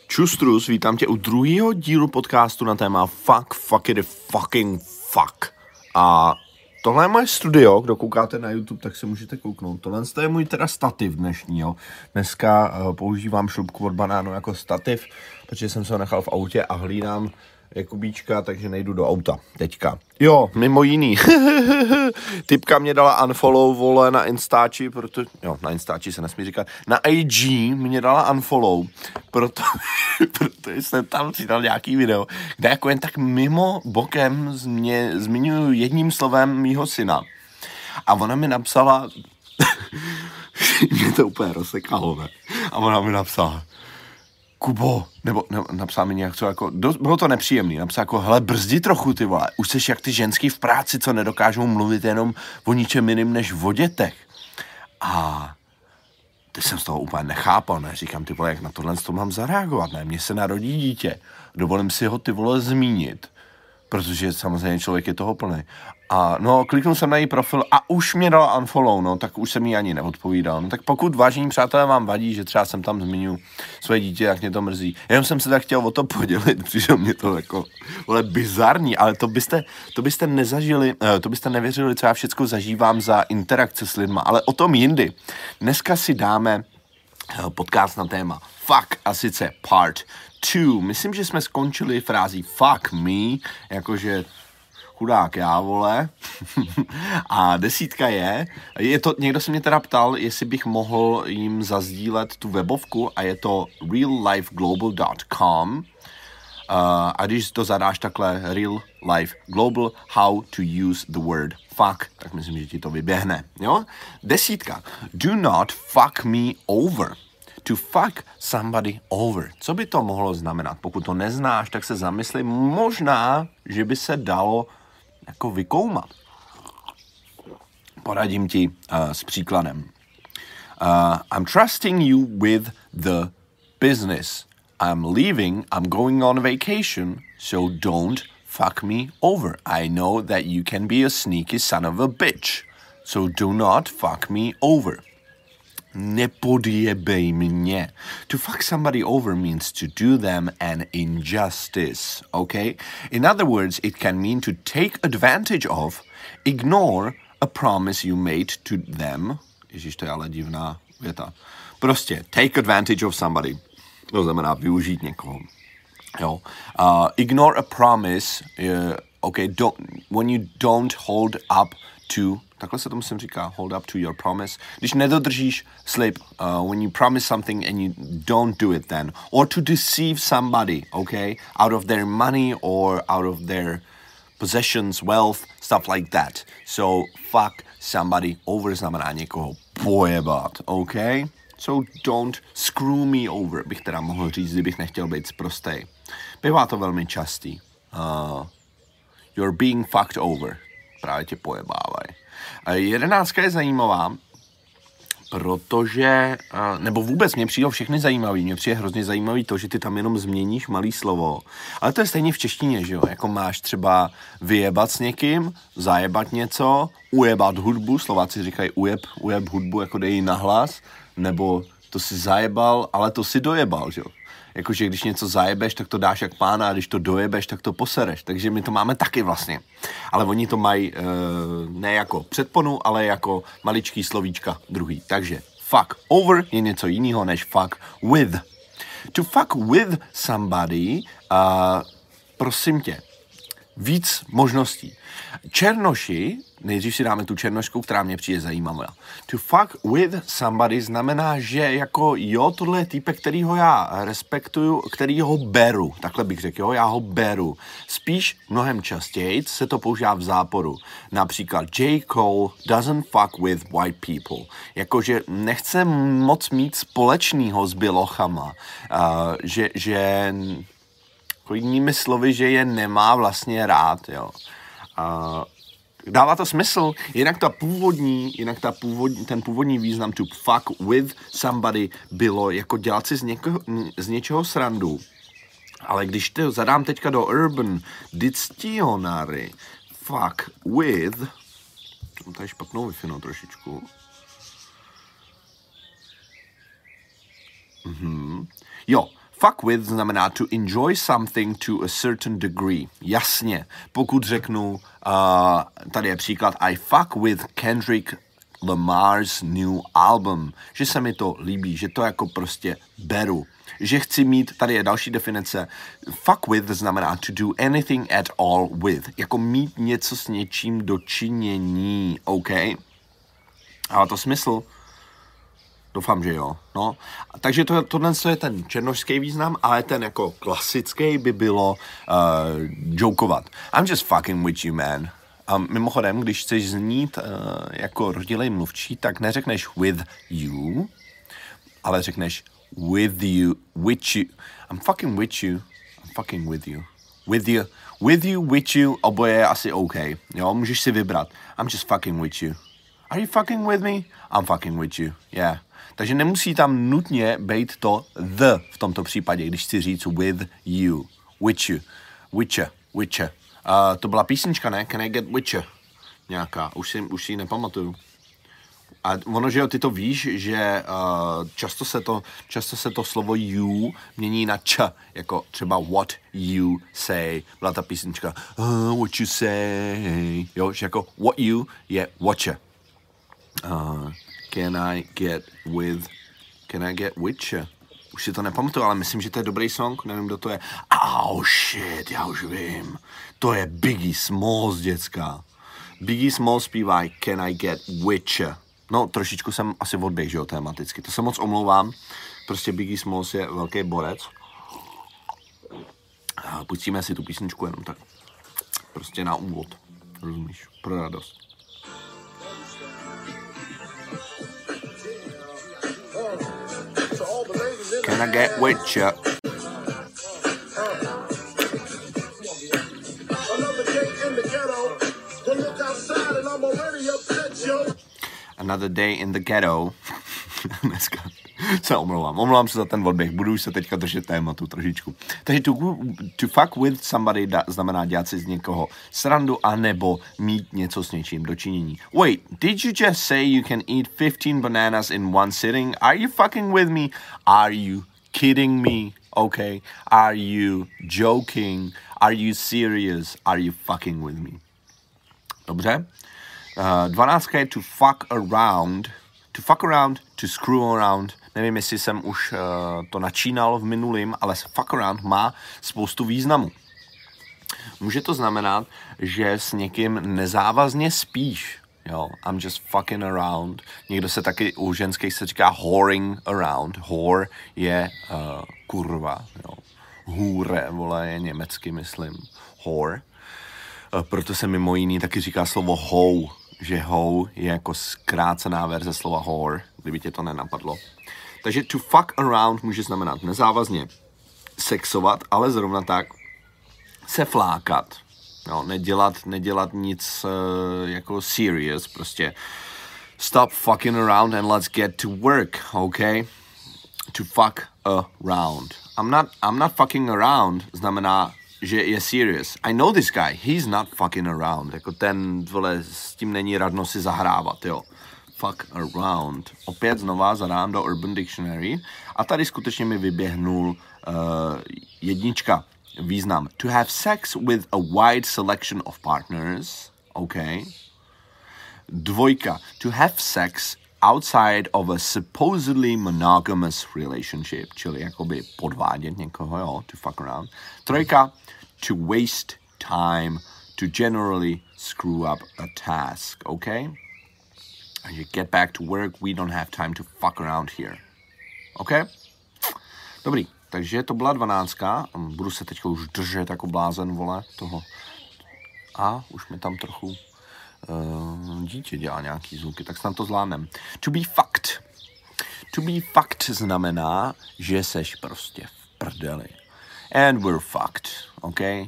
Čustrus, vítám tě u druhého dílu podcastu na téma Fuck it fucking fuck. A tohle je moje studio, kdo koukáte na YouTube, tak se můžete kouknout. Tohle je můj teda stativ dnešní, jo. Dneska používám šlupku od banánu jako stativ, protože jsem se ho nechal v autě a hlídám Jakubíčka, takže nejdu do auta teďka. Jo, mimo jiný. Typka mě dala unfollow, vole, na Instači, protože, jo, na Instači se nesmí říkat, na IG mě dala unfollow, protože jsem tam přidal nějaký video, kde jako jen tak mimo bokem zmiňuji jedním slovem mýho syna. A ona mi napsala, mě to úplně rozsekalo, ne? A ona mi napsala, Kubo, nebo napsal mi nějak co jako, bylo to nepříjemný, napsal jako, hele, brzdi trochu, ty vole, už seš jak ty ženský v práci, co nedokážou mluvit jenom o ničem jiným než o dětech. A teď jsem z toho úplně nechápal, ne, říkám, ty vole, jak na tohle to mám zareagovat, ne, mně se narodí dítě, dovolím si ho, ty vole, zmínit, protože samozřejmě člověk je toho plný. A no, kliknul jsem na její profil a už mě dala unfollow, no, tak už jsem jí ani neodpovídal. No, tak pokud, vážení přátelé, vám vadí, že třeba jsem tam zmiňuji svoje dítě, tak mě to mrzí. Jenom jsem se tak chtěl o to podělit, přišlo mě to jako, vole, bizarní, ale to byste nezažili, to byste nevěřili, co já všecko zažívám za interakce s lidma, ale o tom jindy. Dneska si dáme podcast na téma fuck, a sice part 2. Myslím, že jsme skončili frází fuck me, jakože chudák já, vole. A 10 je to, někdo se mě teda ptal, jestli bych mohl jim zazdílet tu webovku a je to reallifeglobal.com a když to zadáš takhle real life global how to use the word fuck, tak myslím, že ti to vyběhne, jo? 10. Do not fuck me over. To fuck somebody over. Co by to mohlo znamenat? Pokud to neznáš, tak se zamysli, možná, že by se dalo jako vykoumat. Poradím ti s příkladem. I'm trusting you with the business. I'm leaving, I'm going on vacation, so don't fuck me over. I know that you can be a sneaky son of a bitch, so do not fuck me over. Nepodjebej mě. To fuck somebody over means to do them an injustice, okay? In other words, it can mean to take advantage of, ignore a promise you made to them. Ježiš, to je ale divná věta. Prostě take advantage of somebody. To znamená využít někoho. Jo. Ignore a promise, okay, when you don't hold up to, takhle se to musím říká, hold up to your promise. Když nedodržíš slib, when you promise something and you don't do it then. Or to deceive somebody, okay, out of their money or out of their possessions, wealth, stuff like that. So, fuck somebody over znamená někoho pojebat, okay? So, don't screw me over, bych teda mohl říct, kdybych nechtěl být sprostej. Bývá to velmi častý. You're being fucked over. Právě tě pojebávají. 11 je zajímavá, protože, nebo vůbec mě přijde všechny zajímavý, mě přijde hrozně zajímavý to, že ty tam jenom změníš malý slovo, ale to je stejně v češtině, že jo, jako máš třeba vyjebat s někým, zajebat něco, ujebat hudbu, Slováci říkají ujeb hudbu, jako dej nahlas, nebo to si zajebal, ale to si dojebal, že jo. Jakože když něco zajebeš, tak to dáš jak pána, a když to dojebeš, tak to posereš. Takže my to máme taky vlastně. Ale oni to mají ne jako předponu, ale jako maličký slovíčka druhý. Takže fuck over je něco jiného než fuck with. To fuck with somebody, prosím tě, víc možností. Černoši, nejdřív si dáme tu černošku, která mě přijde zajímavá. To fuck with somebody znamená, že jako jo, tohle je týpek, kterýho já respektuju, kterýho beru, takhle bych řekl, jo, já ho beru. Spíš mnohem častěji se to používá v záporu. Například J. Cole doesn't fuck with white people. Jakože nechce moc mít společného s bělochama. Že jinými slovy, že je nemá vlastně rád, jo. Dává to smysl, ten původní význam to fuck with somebody bylo jako dělat si z něčeho srandu. Ale když to zadám teďka do Urban Dictionary, fuck with, tady špatnou Wi-Fi trošičku. Jo, Fuck with znamená to enjoy something to a certain degree. Jasně, pokud řeknu, tady je příklad, I fuck with Kendrick Lamar's new album, že se mi to líbí, že to jako prostě beru. Že chci mít, tady je další definice, fuck with znamená to do anything at all with, jako mít něco s něčím do činění, OK? Ale to smysl? Doufám, že jo, no. Takže tohle je ten černošský význam, ale ten jako klasický by bylo jokovat. I'm just fucking with you, man. A mimochodem, když chceš znít jako rodilej mluvčí, tak neřekneš with you, ale řekneš with you, I'm fucking with you, I'm fucking with you, with you, oboje je asi OK, jo, můžeš si vybrat, I'm just fucking with you. Are you fucking with me? I'm fucking with you, yeah. Takže nemusí tam nutně být to the v tomto případě, když chci říct with you, with you. To byla písnička, ne? Can I get with you? Nějaká, už si ji nepamatuju. A ono, že jo, ty to víš, že často se to slovo you mění na č, jako třeba what you say. Byla ta písnička what you say, jo, že jako what you je watcher. Can I get with you? Už si to nepamatuju, ale myslím, že to je dobrý song, nevím, kdo to je. Oh shit, já už vím. To je Biggie Smalls, děcka. Biggie Smalls zpívá Can I get with you? No, trošičku jsem asi odběh, že jo, tematicky. To se moc omlouvám. Prostě Biggie Smalls je velký borec. Pustíme si tu písničku jenom tak. Prostě na úvod. Rozumíš? Pro radost. Can I get with you? Another day in the ghetto. Dneska se omlouvám se za ten odběh, budu už se teďka držet tématu trošičku. Takže to fuck with somebody znamená dělat si z někoho srandu anebo mít něco s něčím dočinění. Wait, did you just say you can eat 15 bananas in one sitting? Are you fucking with me? Are you kidding me? Okay. Are you joking? Are you serious? Are you fucking with me? Dobře. 12 je to fuck around, to screw around. Nevím, jestli jsem už to načínal v minulým, ale fuck around má spoustu významů. Může to znamenat, že s někým nezávazně spíš. Jo, I'm just fucking around. Někdo se taky u ženských se říká whoring around. Whore je kurva. Jo. Hůre, vole, je německy, myslím. Whore. Proto se mimo jiný taky říká slovo hoe, že hoe je jako zkrácená verze slova whore, kdyby tě to nenapadlo. Takže to fuck around může znamenat nezávazně sexovat, ale zrovna tak se flákat. No, nedělat nic jako serious, prostě stop fucking around and let's get to work, okay? To fuck around. I'm not fucking around znamená, že je serious. I know this guy, he's not fucking around. Jako ten, vole, s tím není radno si zahrávat, jo. Fuck around. Opět znova zadám do Urban Dictionary a tady skutečně mi vyběhnul jednička. Význam. To have sex with a wide selection of partners. Okay. 2. To have sex outside of a supposedly monogamous relationship. Čili jakoby podvádět někoho, jo. To fuck around. 3. To waste time. To generally screw up a task. Okay. And you get back to work. We don't have time to fuck around here. Okay. Dobrý. Takže to byla 12. Budu se teďka už držet jako blázen, vole, toho. A už mi tam trochu dítě dělá nějaký zvuky, tak snad to zvládnem. To be fucked. To be fucked znamená, že seš prostě v prdeli. And we're fucked, okay?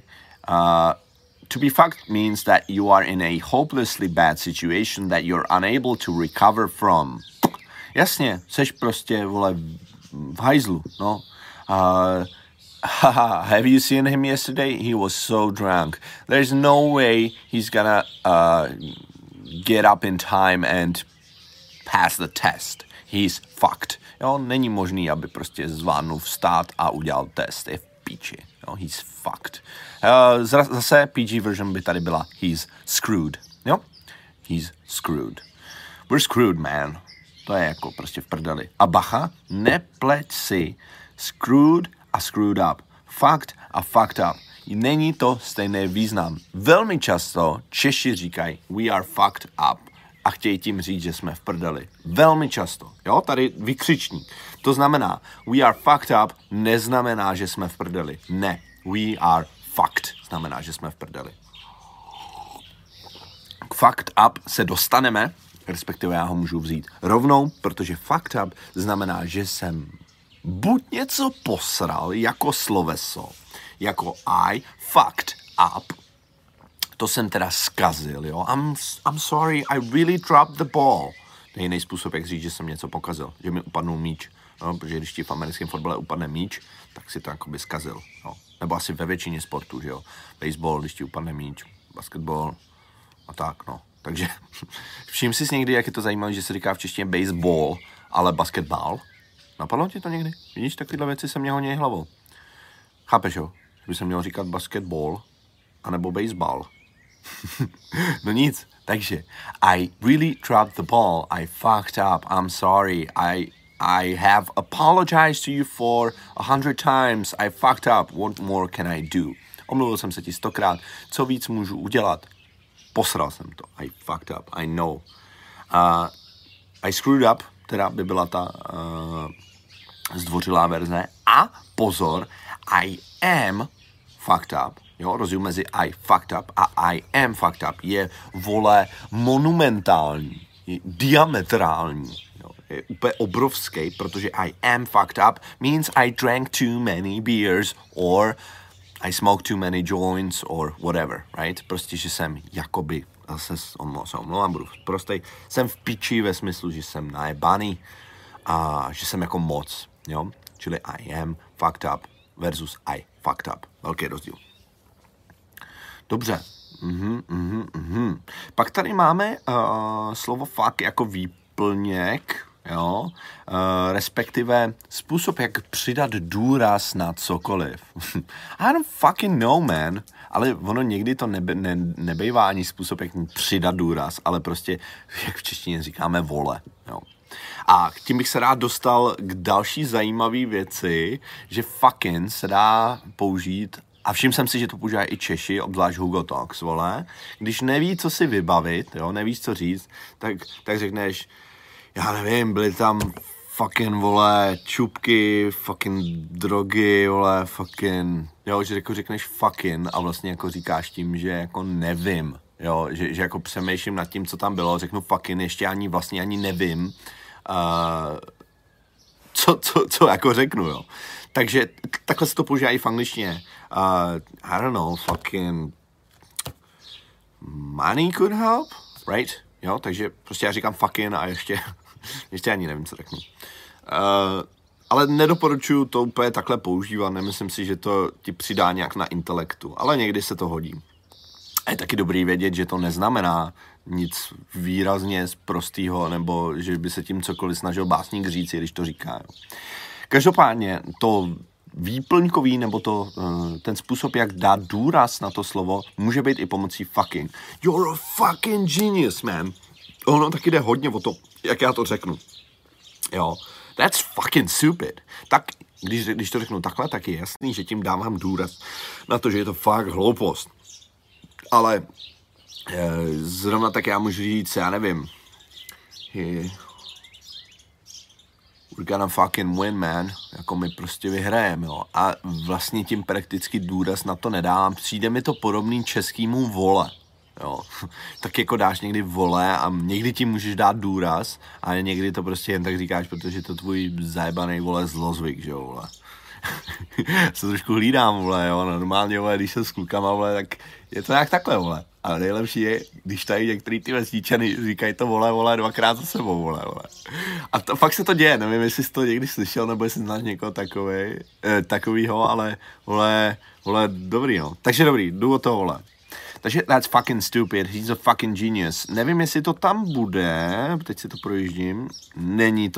To be fucked means that you are in a hopelessly bad situation that you're unable to recover from. Jasně, seš prostě, vole, v hajzlu, no. Have you seen him yesterday? He was so drunk. There's no way he's gonna get up in time and pass the test. He's fucked. Jo, není možný, aby prostě zvládnul vstát a udělal test. Je v píči. Jo, he's fucked. Zase PG version by tady byla he's screwed. Jo? He's screwed. We're screwed, man. To je jako prostě v prdeli. A bacha, nepleť si screwed a screwed up. Fucked a fucked up. Není to stejný význam. Velmi často Češi říkají we are fucked up a chtějí tím říct, že jsme v prdeli. Velmi často. Jo, tady vykřičník. To znamená we are fucked up neznamená, že jsme v prdeli. Ne. We are fucked znamená, že jsme v prdeli. K fucked up se dostaneme, respektive já ho můžu vzít rovnou, protože fucked up znamená, že jsem buď něco posral jako sloveso, jako I fucked up, to jsem teda zkazil, jo. I'm sorry, I really dropped the ball. To je jiný způsob, jak říct, že jsem něco pokazil, že mi upadnul míč. No, protože když ti v americkém fotbale upadne míč, tak si to jakoby zkazil. No. Nebo asi ve většině sportů, že jo. Baseball, když ti upadne míč, basketball a tak, no. Takže všim si někdy, jak je to zajímavé, že se říká v češtině baseball, ale basketball. Napadlo ti to někdy? Vidíš, takovéhle věci se mě honí hlavou. Chápeš, jo? Že by se měl říkat basketball anebo baseball. No nic, takže I really dropped the ball, I fucked up, I'm sorry, I have apologized to you for 100 times, I fucked up, what more can I do? Omluvil jsem se ti 100krát, co víc můžu udělat? Posral jsem to, I fucked up, I know. I screwed up, teda by byla ta zdvořilá verze. A pozor, I am fucked up. Jo, rozdíl mezi I fucked up a I am fucked up je, vole, monumentální, je diametrální. Jo, je úplně obrovský, protože I am fucked up means I drank too many beers or I smoked too many joints or whatever, right? Prostě, že jsem jakoby, zase se omlouvám, budu prostej, jsem v piči ve smyslu, že jsem najebaný a že jsem jako moc, jo? Čili I am fucked up versus I fucked up. Velký rozdíl. Dobře. Pak tady máme slovo fuck jako výplněk, jo? Respektive způsob, jak přidat důraz na cokoliv. I don't fucking know, man. Ale ono někdy to nebejvá ani způsob, jak přidat důraz, ale prostě, jak v češtině říkáme, vole, jo. A tím bych se rád dostal k další zajímavé věci, že fucking se dá použít, a všiml jsem si, že to používají i Češi, obzvlášť Hugo Talks, vole. Když neví, co si vybavit, jo, nevíš, co říct, tak řekneš, já nevím, byly tam fucking, vole, čupky, fucking drogy, vole, fucking, jo, že jako řekneš fucking a vlastně jako říkáš tím, že jako nevím, jo, že jako přemýšlím nad tím, co tam bylo, řeknu fucking, ještě ani nevím, co jako řeknu, jo. Takže takhle se to používá i v angličtině. I don't know, fucking money could help, right? Jo, takže prostě já říkám fucking a ještě ani nevím, co řeknu. Ale nedoporučuju to úplně takhle používat, nemyslím si, že to ti přidá nějak na intelektu, ale někdy se to hodí. A je taky dobrý vědět, že to neznamená nic výrazně prostýho, nebo že by se tím cokoliv snažil básník říct, když to říká. Jo. Každopádně to výplňkový, nebo ten způsob, jak dát důraz na to slovo, může být i pomocí fucking. You're a fucking genius, man. Ono taky jde hodně o to, jak já to řeknu. Jo, that's fucking stupid. Tak, když to řeknu takhle, tak je jasný, že tím dávám důraz na to, že je to fakt hloupost. Ale zrovna tak já můžu říct, já nevím, we're gonna fucking win, man. Jako my prostě vyhrajeme, jo. A vlastně tím prakticky důraz na to nedávám. Přijde mi to podobný českýmu vole, jo. Tak jako dáš někdy vole a někdy ti můžeš dát důraz, ale někdy to prostě jen tak říkáš, protože to tvůj zajebanej, vole, zlozvyk, že jo, vole. Se trošku hlídám, vole, jo. Normálně, vole, když jsem s klukama, vole, tak je to nějak takhle, vole. Ale nejlepší je, když tady některý ty vesničany říkají to vole, dvakrát za sebou, vole. A to, fakt se to děje, nevím, jestli jsi to někdy slyšel, nebo jestli znáš někoho takovýho, ale vole, dobrý, no. Takže dobrý, jdu od toho, vole. Takže that's fucking stupid, he's a fucking genius. Nevím, jestli to tam bude, teď si to projíždím, není to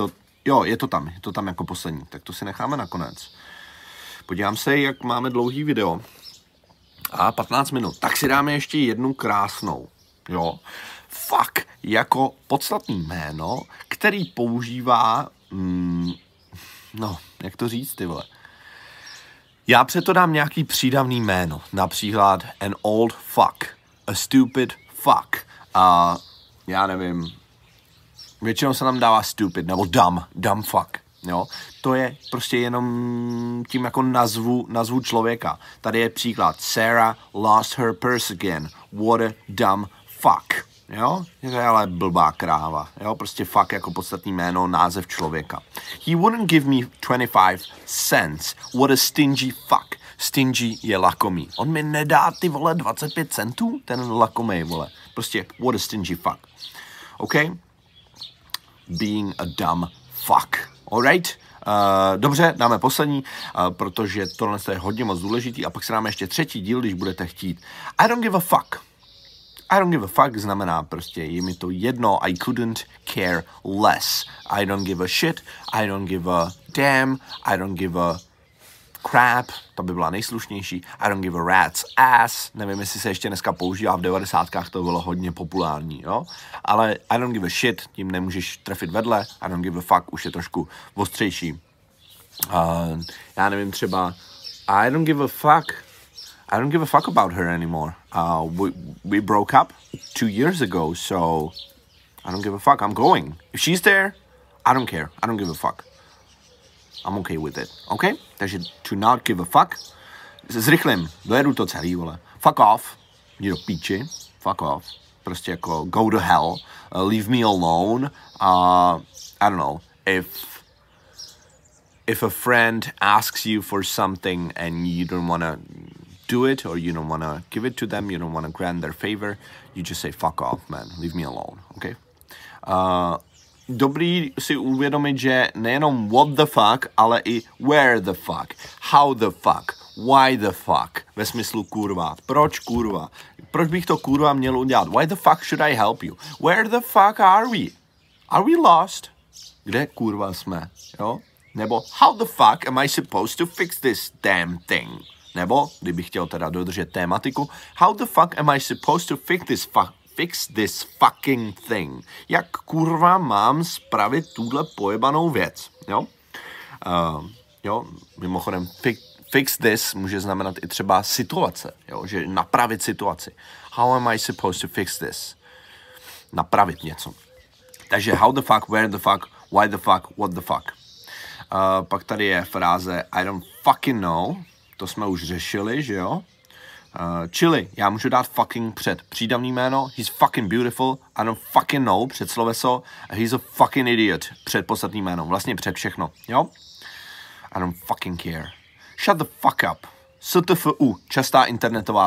Jo, je to tam jako poslední, tak to si necháme nakonec. Podívám se, jak máme dlouhý video. A 15 minut. Tak si dáme ještě jednu krásnou. Jo. Fuck jako podstatný jméno, který používá, no, jak to říct, ty vole. Já přeto dám nějaký přídavný jméno. Například an old fuck, a stupid fuck. A já nevím, většinou se tam dává stupid nebo dumb fuck. Jo? To je prostě jenom tím jako nazvu člověka. Tady je příklad. Sarah lost her purse again. What a dumb fuck. Jo? Je to ale blbá kráva. Jo? Prostě fuck jako podstatný jméno, název člověka. He wouldn't give me 25 cents. What a stingy fuck. Stingy je lakomý. On mi nedá ty vole 25 centů? Ten lakomej vole. Prostě what a stingy fuck. OK? Being a dumb fuck. Alright? Dobře, dáme poslední, protože tohle je hodně moc důležitý a pak se dáme ještě třetí díl, když budete chtít. I don't give a fuck. I don't give a fuck znamená prostě, je mi to jedno, I couldn't care less. I don't give a shit, I don't give a damn, I don't give a crap, to by byla nejslušnější. I don't give a rat's ass, nevím, jestli se ještě dneska používá, v 90kách to bylo hodně populární, jo? Ale I don't give a shit, tím nemůžeš trefit vedle, I don't give a fuck už je trošku ostřejší. Já nevím, třeba I don't give a fuck about her anymore. We broke up 2 years ago, so I don't give a fuck, I'm going. If she's there, I don't care, I don't give a fuck. I'm okay with it, okay? Takže to not give a fuck. Zrychlím, dojedu to celý, vole. Fuck off, jdi do píči, fuck off. Prostě jako go to hell, leave me alone. I don't know, if a friend asks you for something and you don't want to do it or you don't want to give it to them, you don't want to grant their favor, you just say fuck off, man, leave me alone, okay? Dobrý si uvědomit, že nejenom what the fuck, ale i where the fuck, how the fuck, why the fuck, ve smyslu kurva. Proč kurva? Proč bych to kurva měl udělat? Why the fuck should I help you? Where the fuck are we? Are we lost? Kde kurva jsme? Jo? Nebo how the fuck am I supposed to fix this damn thing? Nebo, kdybych chtěl teda dodržet tématiku, how the fuck am I supposed to fix this fucking thing. Jak kurva mám spravit tuhle pojebanou věc, jo? Jo, mimochodem fix this může znamenat i třeba situace, jo, že napravit situaci. How am I supposed to fix this? Napravit něco. Takže how the fuck, where the fuck, why the fuck, what the fuck. Pak tady je fráze I don't fucking know, to jsme už řešili, že jo? Čili, já můžu dát fucking před přídavný jméno, he's fucking beautiful, I don't fucking know před sloveso, a he's a fucking idiot před podstatný jméno, vlastně před všechno, jo? I don't fucking care. Shut the fuck up. STFU, častá internetová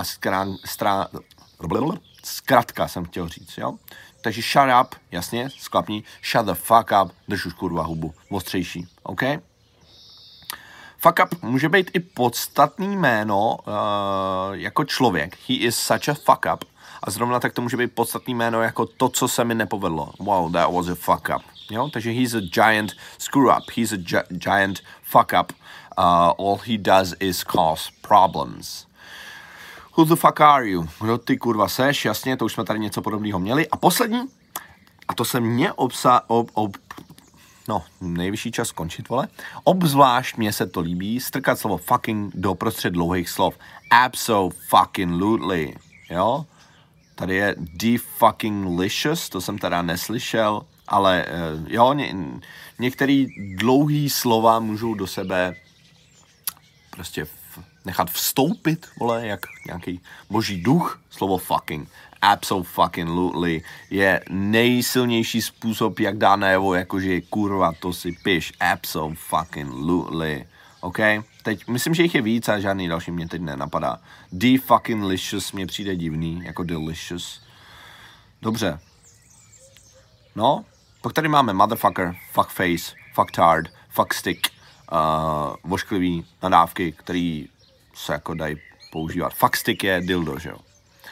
zkratka jsem chtěl říct, jo? Takže shut up, jasně, sklapni, shut the fuck up, drž už kurva hubu, ostřejší, OK? Fuck up může být i podstatný jméno jako člověk. He is such a fuck up. A zrovna tak to může být podstatný jméno jako to, co se mi nepovedlo. Wow, that was a fuck up. Jo? Takže he's a giant screw up. He's a giant fuck up. All he does is cause problems. Who the fuck are you? Kdo ty kurva seš? Jasně, to už jsme tady něco podobného měli. A poslední, a to se mě nejvyšší čas skončit, vole. Obzvlášť mně se to líbí, strkat slovo fucking do prostřed dlouhých slov. Abso-fucking-lutely, jo? Tady je de-fucking-licious, to jsem teda neslyšel, ale jo, některé dlouhý slova můžou do sebe prostě nechat vstoupit, vole, jak nějaký boží duch, slovo fucking. Abso-fucking-lutely je nejsilnější způsob, jak dá najevo, jakože kurva, to si piš. Abso-fucking-lutely. OK? Teď, myslím, že jich je víc a žádný další mě teď nenapadá. De-fucking-licious mě přijde divný, jako delicious. Dobře. No, pak tady máme motherfucker, fuckface, fucktard, fuckstick, vošklivý nadávky, který se jako dají používat. Fuckstick je dildo, že jo?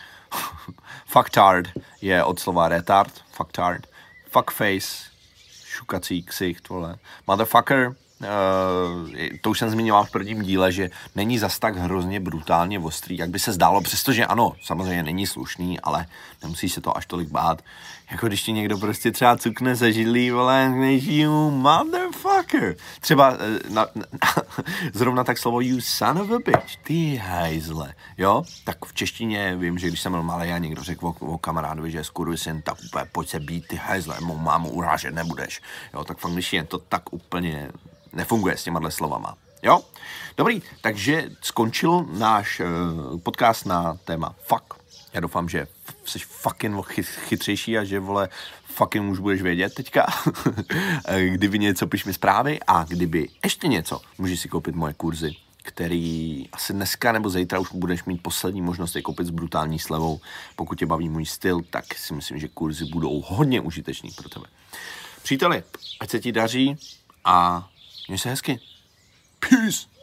Fucktard je od slova retard, fucktard. Fuckface, šukací ksicht, vole. Motherfucker, to už jsem zmiňoval v prvním díle, že není zas tak hrozně brutálně ostrý, jak by se zdálo, přestože ano, samozřejmě není slušný, ale nemusí se to až tolik bát. Jako když ti někdo prostě třeba cukne za židlí, vole, než you motherfucker. Třeba zrovna tak slovo you son of a bitch, ty hajzle, jo? Tak v češtině vím, že když jsem byl malý a někdo řekl o kamarádovi, že je skurvysyn, tak úplně pojď se být, ty hajzle, mou mámu urážet nebudeš, jo? Tak v angličtině to tak úplně nefunguje s těma slovama, jo? Dobrý, takže skončil náš podcast na téma fuck. Já doufám, že jsi fucking chytřejší a že, vole, fucking už budeš vědět teďka. Kdyby něco, piš mi zprávy, a kdyby ještě něco, můžeš si koupit moje kurzy, který asi dneska nebo zítra už budeš mít poslední možnost je koupit s brutální slevou. Pokud tě baví můj styl, tak si myslím, že kurzy budou hodně užitečný pro tebe. Příteli, ať se ti daří a měj se hezky. Peace.